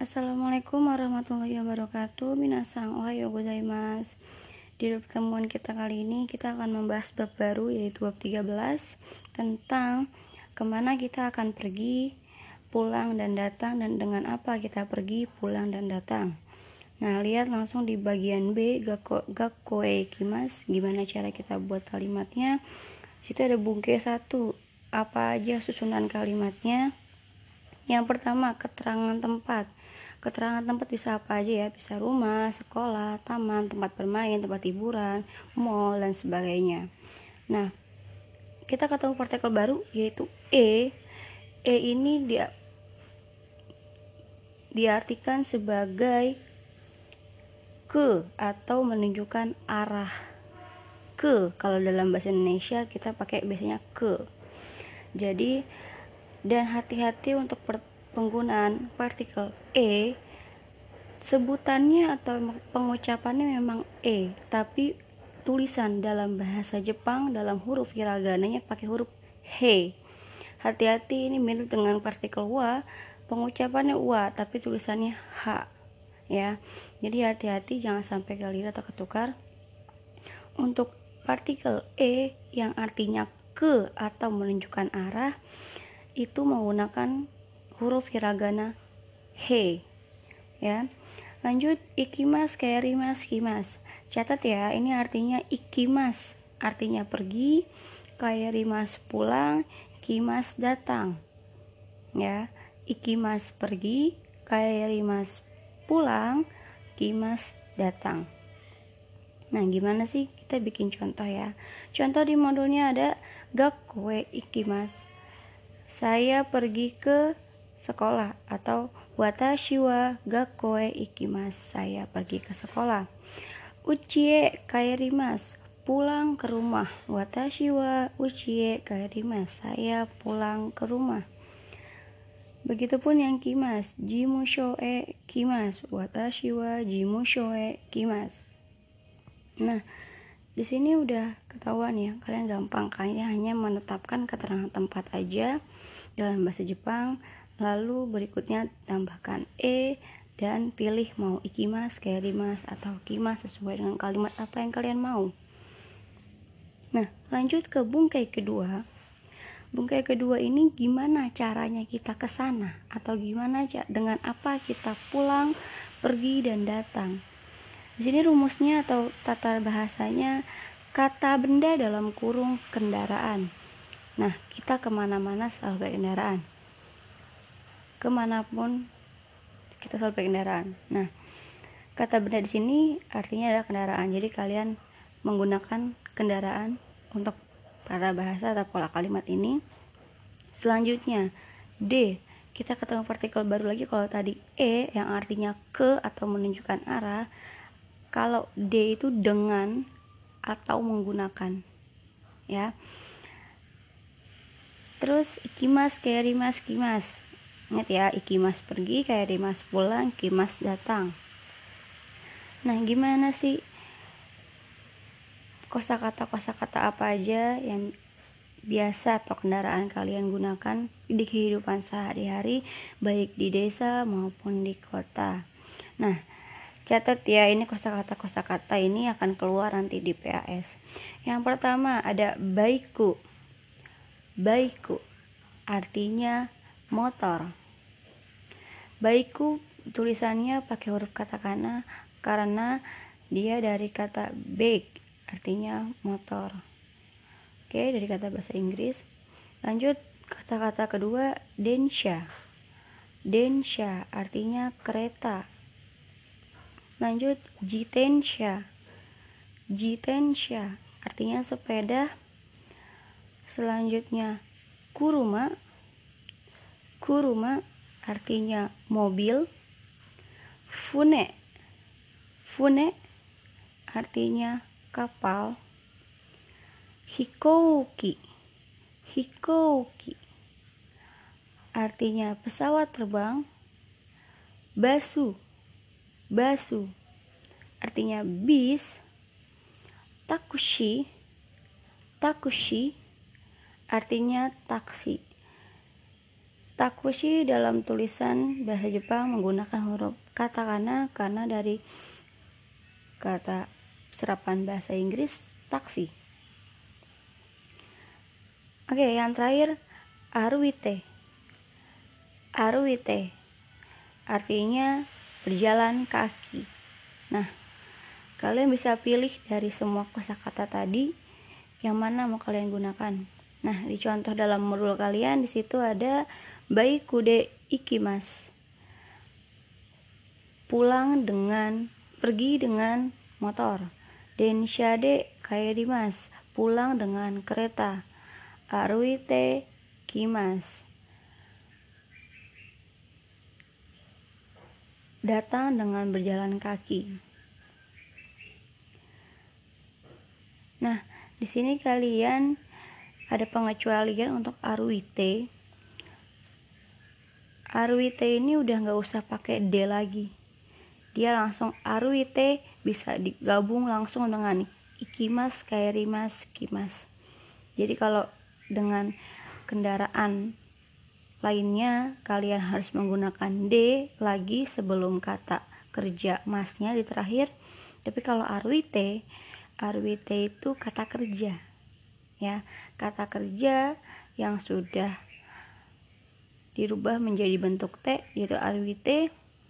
Assalamualaikum warahmatullahi wabarakatuh. Minasang ohayo gozaimasu. Di pertemuan kita kali ini kita akan membahas bab baru, yaitu bab 13 tentang kemana kita akan pergi, pulang dan datang, dan dengan apa kita pergi, pulang dan datang. Nah, lihat langsung di bagian B, gakkoe ikimasu. Gimana cara kita buat kalimatnya? Situ ada bungke 1. Apa aja susunan kalimatnya? Yang pertama, keterangan tempat. Keterangan tempat bisa apa aja ya? Bisa rumah, sekolah, taman, tempat bermain, tempat hiburan, mall, dan sebagainya. Nah, kita ketemu partikel baru yaitu E. E ini diartikan sebagai ke atau menunjukkan arah. Ke, kalau dalam bahasa Indonesia kita pakai biasanya ke. Jadi, dan hati-hati untuk penggunaan partikel E, sebutannya atau pengucapannya memang E, tapi tulisan dalam bahasa Jepang dalam huruf hiragananya pakai huruf he. Hati-hati, ini mirip dengan partikel wa, pengucapannya wa tapi tulisannya h ya. Jadi hati-hati jangan sampai kalian atau ketukar. Untuk partikel E yang artinya ke atau menunjukkan arah, itu menggunakan huruf hiragana he ya. Lanjut, ikimas, kaerimas, kimas. Catat ya, ini artinya ikimas artinya pergi, kaerimas pulang, kimas datang ya. Ikimas pergi, kaerimas pulang, kimas datang. Nah, gimana sih kita bikin contoh ya? Contoh di modulnya ada gakkoe ikimasu. Saya pergi ke sekolah, atau watashi wa gakkoe ikimasu. Saya pergi ke sekolah. Uchie kaerimasu. Pulang ke rumah. Watashi wa uchie kaerimasu. Saya pulang ke rumah. Begitupun yang kimas, jimusho e kimasu. Watashi wa jimusho e kimasu. Nah, di sini udah ketahuan ya, kalian gampang kayaknya hanya menetapkan keterangan tempat aja dalam bahasa Jepang, lalu berikutnya tambahkan e dan pilih mau ikimas, kaerimas, atau kimas sesuai dengan kalimat apa yang kalian mau. Nah, lanjut ke bungkai kedua. Bungkai kedua ini gimana caranya kita ke sana, atau gimana dengan apa kita pulang, pergi, dan datang. Di sini rumusnya atau tata bahasanya kata benda dalam kurung kendaraan. Nah, kita kemana-mana selalu pakai kendaraan. Kemanapun kita selalu pakai kendaraan. Nah, kata benda di sini artinya adalah kendaraan. Jadi kalian menggunakan kendaraan untuk tata bahasa atau pola kalimat ini. Selanjutnya, D. Kita ketemu partikel baru lagi. Kalau tadi E yang artinya ke atau menunjukkan arah, kalau D itu dengan atau menggunakan ya. Terus ikimas, kaerimas, kimas. Ingat ya, ikimas pergi, kaerimas pulang, kimas datang. Nah, gimana sih kosakata apa aja yang biasa atau kendaraan kalian gunakan di kehidupan sehari-hari, baik di desa maupun di kota. Nah, catat ya, ini kosakata ini akan keluar nanti di PAS. Yang pertama ada baiku. Baiku artinya motor. Baiku tulisannya pakai huruf katakana karena dia dari kata bike, artinya motor. Oke, dari kata bahasa Inggris. Lanjut, kata-kata kedua densha. Densha artinya kereta. Lanjut, jitensha. Jitensha artinya sepeda. Selanjutnya, kuruma. Kuruma artinya mobil. Fune. Fune artinya kapal. Hikouki. Hikouki artinya pesawat terbang. Basu. Basu artinya bis. Takushi. Takushi artinya taksi. Takushi dalam tulisan bahasa Jepang menggunakan huruf katakana karena dari kata serapan bahasa Inggris taksi. Oke, yang terakhir aruite. Aruite artinya berjalan kaki. Nah, kalian bisa pilih dari semua kosakata tadi yang mana mau kalian gunakan. Nah, di contoh dalam modul kalian di situ ada baikude ikimasu. Pergi dengan motor. Densha de kaerimasu. Pulang dengan kereta. Aruite kimasu. Datang dengan berjalan kaki. Nah, di sini kalian ada pengecualian untuk aruite. Aruite ini udah nggak usah pakai D lagi. Dia langsung aruite bisa digabung langsung dengan ikimas, kaerimas, kimas. Jadi kalau dengan kendaraan lainnya kalian harus menggunakan D lagi sebelum kata kerja masnya di terakhir. Tapi kalau aruite itu kata kerja. Ya, kata kerja yang sudah dirubah menjadi bentuk T yaitu aruite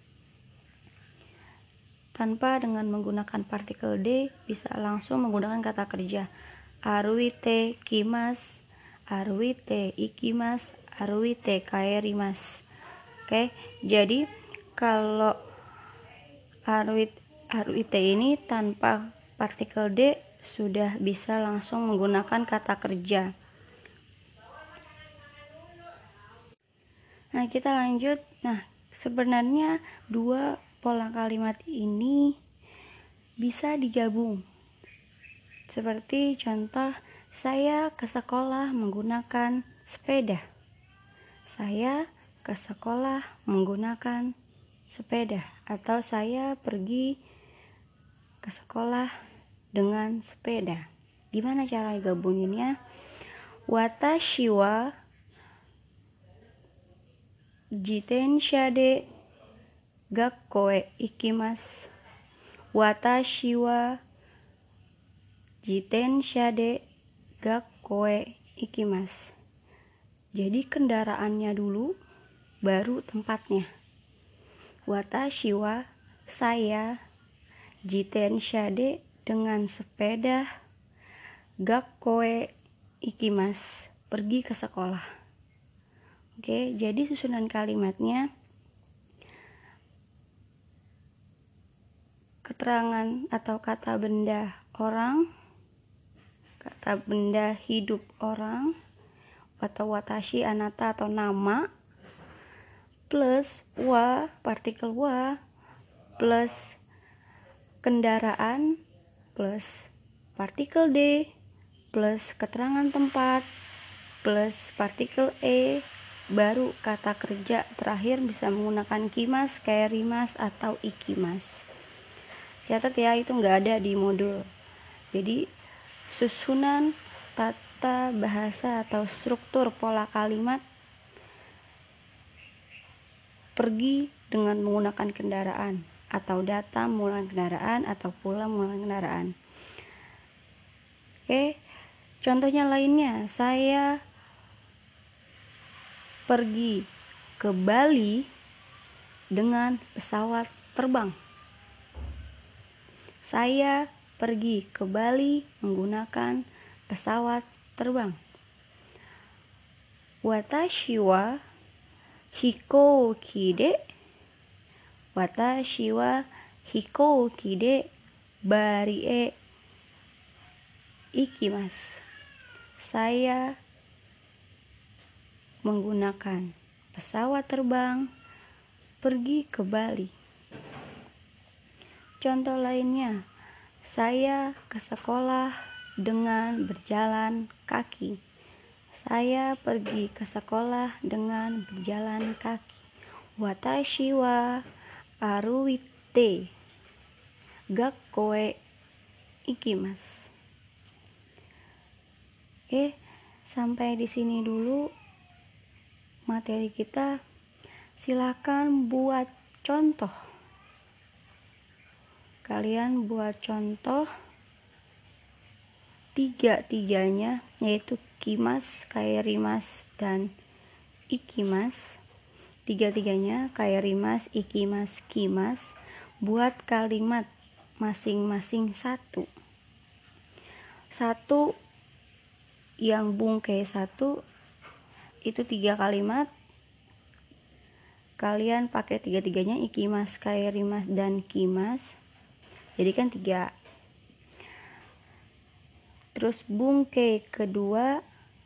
tanpa dengan menggunakan partikel D bisa langsung menggunakan kata kerja aruite kimasu, aruite ikimasu, aruite kaerimasu. Oke, jadi kalau aruite ini tanpa partikel D sudah bisa langsung menggunakan kata kerja. Nah, kita lanjut. Nah, sebenarnya dua pola kalimat ini bisa digabung. Seperti contoh, saya ke sekolah menggunakan sepeda. Saya ke sekolah menggunakan sepeda. Atau saya pergi ke sekolah dengan sepeda. Gimana cara gabunginnya? Watashi wa jitensha de gakkou e ikimasu. Watashi wa jitensha de gakkou e ikimasu. Jadi kendaraannya dulu baru tempatnya. Watashi wa saya, jitensha de dengan sepeda, gakkou e ikimasu pergi ke sekolah. Oke, jadi susunan kalimatnya keterangan atau kata benda orang, kata benda hidup orang, atau watashi, anata atau nama, plus wa, partikel wa, plus kendaraan, plus partikel D, plus keterangan tempat, plus partikel E, baru kata kerja terakhir bisa menggunakan kimas, kaerimas, atau ikimas. Catat ya, itu nggak ada di modul. Jadi susunan tata bahasa atau struktur pola kalimat pergi dengan menggunakan kendaraan, atau datang menggunakan kendaraan, atau pulang menggunakan kendaraan. Oke, contohnya lainnya, saya pergi ke Bali dengan pesawat terbang. Saya pergi ke Bali menggunakan pesawat terbang. Watashi wa hikouki de Bari e ikimasu. Saya menggunakan pesawat terbang pergi ke Bali. Contoh lainnya, saya ke sekolah dengan berjalan kaki. Saya pergi ke sekolah dengan berjalan kaki. Watashi wa aruite gakkou e ikimasu. Oke, sampai di sini dulu materi kita. Silakan buat contoh. Kalian buat contoh tiga-tiganya, yaitu kimas, kaerimas, dan ikimas. Tiga-tiganya, kaerimas, ikimas, kimas. Buat kalimat masing-masing satu. Satu yang bungkai satu itu 3 kalimat. Kalian pakai tiga-tiganya, ikimas, kaerimas, dan kimas. Jadi kan 3. Terus bungkai kedua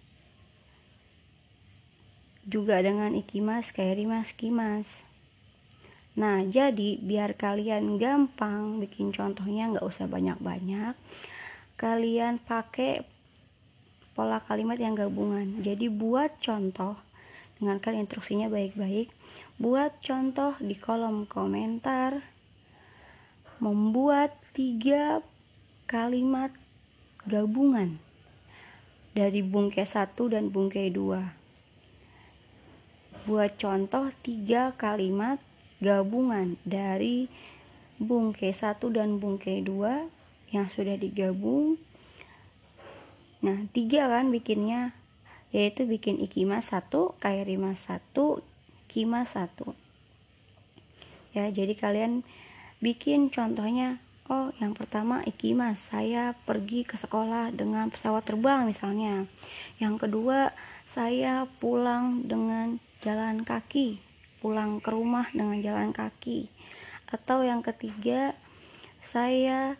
juga dengan ikimas, kaerimas, kimas. Nah, jadi biar kalian gampang bikin contohnya, nggak usah banyak-banyak. Kalian pakai pola kalimat yang gabungan. Jadi buat contoh, dengarkan instruksinya baik-baik. Buat contoh di kolom komentar, membuat 3 kalimat gabungan dari bungkai 1 dan bungkai 2. Buat contoh 3 kalimat gabungan dari bungkai 1 dan bungkai 2 yang sudah digabung. Nah, 3 kan bikinnya, yaitu bikin ikimas 1, kaerimas 1, kimas 1. Ya, jadi kalian bikin contohnya. Oh, yang pertama ikimas, saya pergi ke sekolah dengan pesawat terbang misalnya. Yang kedua, saya pulang dengan jalan kaki, pulang ke rumah dengan jalan kaki. Atau yang ketiga, saya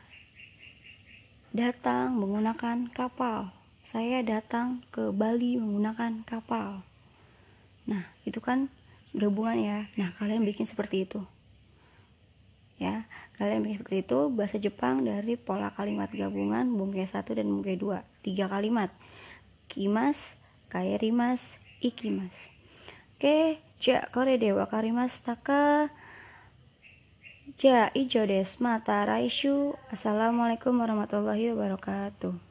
datang menggunakan kapal, saya datang ke Bali menggunakan kapal. Nah, itu kan gabungan ya. Nah, kalian bikin seperti itu ya. Kalian bikin seperti itu. Bahasa Jepang dari pola kalimat gabungan bungkai 1 dan bungkai 2. 3 kalimat, kimas, kaerimas, ikimas. Oke, ja kore de wakarimashita ka? Ja ijo desu. Mata raishu. Assalamualaikum warahmatullahi wabarakatuh.